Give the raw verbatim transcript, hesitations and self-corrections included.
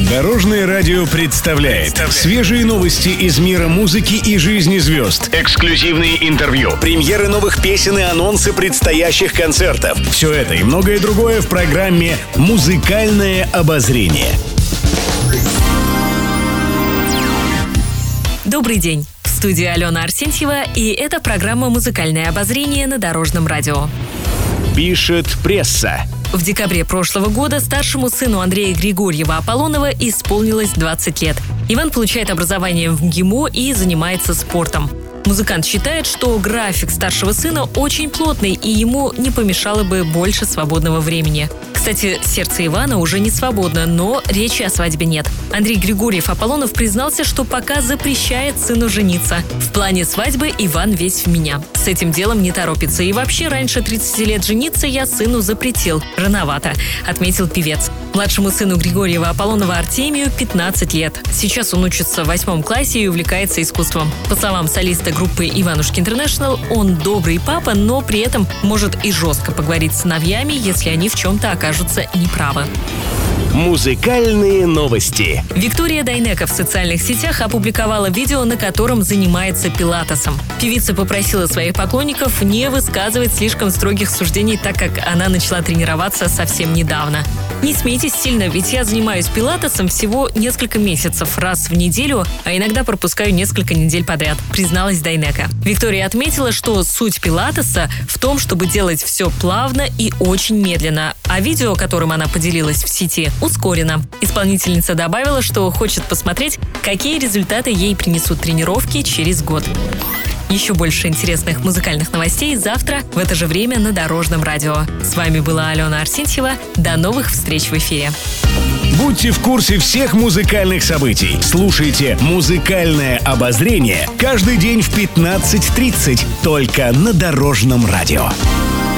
Дорожное радио представляет свежие новости из мира музыки и жизни звезд. Эксклюзивные интервью, премьеры новых песен и анонсы предстоящих концертов. Все это и многое другое в программе «Музыкальное обозрение». Добрый день! В студии Алена Арсентьева, и это программа «Музыкальное обозрение» на Дорожном радио. Пишет пресса. В декабре прошлого года старшему сыну Андрея Григорьева Аполлонова исполнилось двадцать лет. Иван получает образование в МГИМО и занимается спортом. Музыкант считает, что график старшего сына очень плотный, и ему не помешало бы больше свободного времени. Кстати, сердце Ивана уже не свободно, но речи о свадьбе нет. Андрей Григорьев Аполлонов признался, что пока запрещает сыну жениться. В плане свадьбы Иван весь в меня. С этим делом не торопится. И вообще, раньше тридцати лет жениться я сыну запретил. Рановато, отметил певец. Младшему сыну Григорьева Аполлонова Артемию пятнадцать лет. Сейчас он учится в восьмом классе и увлекается искусством. По словам солиста группы «Иванушки Интернешнл», он добрый папа, но при этом может и жестко поговорить с сыновьями, если они в чем-то окажутся неправы. Музыкальные новости. Виктория Дайнеко в социальных сетях опубликовала видео, на котором занимается пилатесом. Певица попросила своих поклонников не высказывать слишком строгих суждений, так как она начала тренироваться совсем недавно. «Не смейтесь сильно, ведь я занимаюсь пилатесом всего несколько месяцев, раз в неделю, а иногда пропускаю несколько недель подряд», призналась Дайнеко. Виктория отметила, что суть пилатеса в том, чтобы делать все плавно и очень медленно, а видео, которым она поделилась в сети, ускорено. Исполнительница добавила, что хочет посмотреть, какие результаты ей принесут тренировки через год. Еще больше интересных музыкальных новостей завтра в это же время на Дорожном радио. С вами была Алена Арсентьева. До новых встреч в эфире. Будьте в курсе всех музыкальных событий. Слушайте «Музыкальное обозрение» каждый день в пятнадцать тридцать только на Дорожном радио.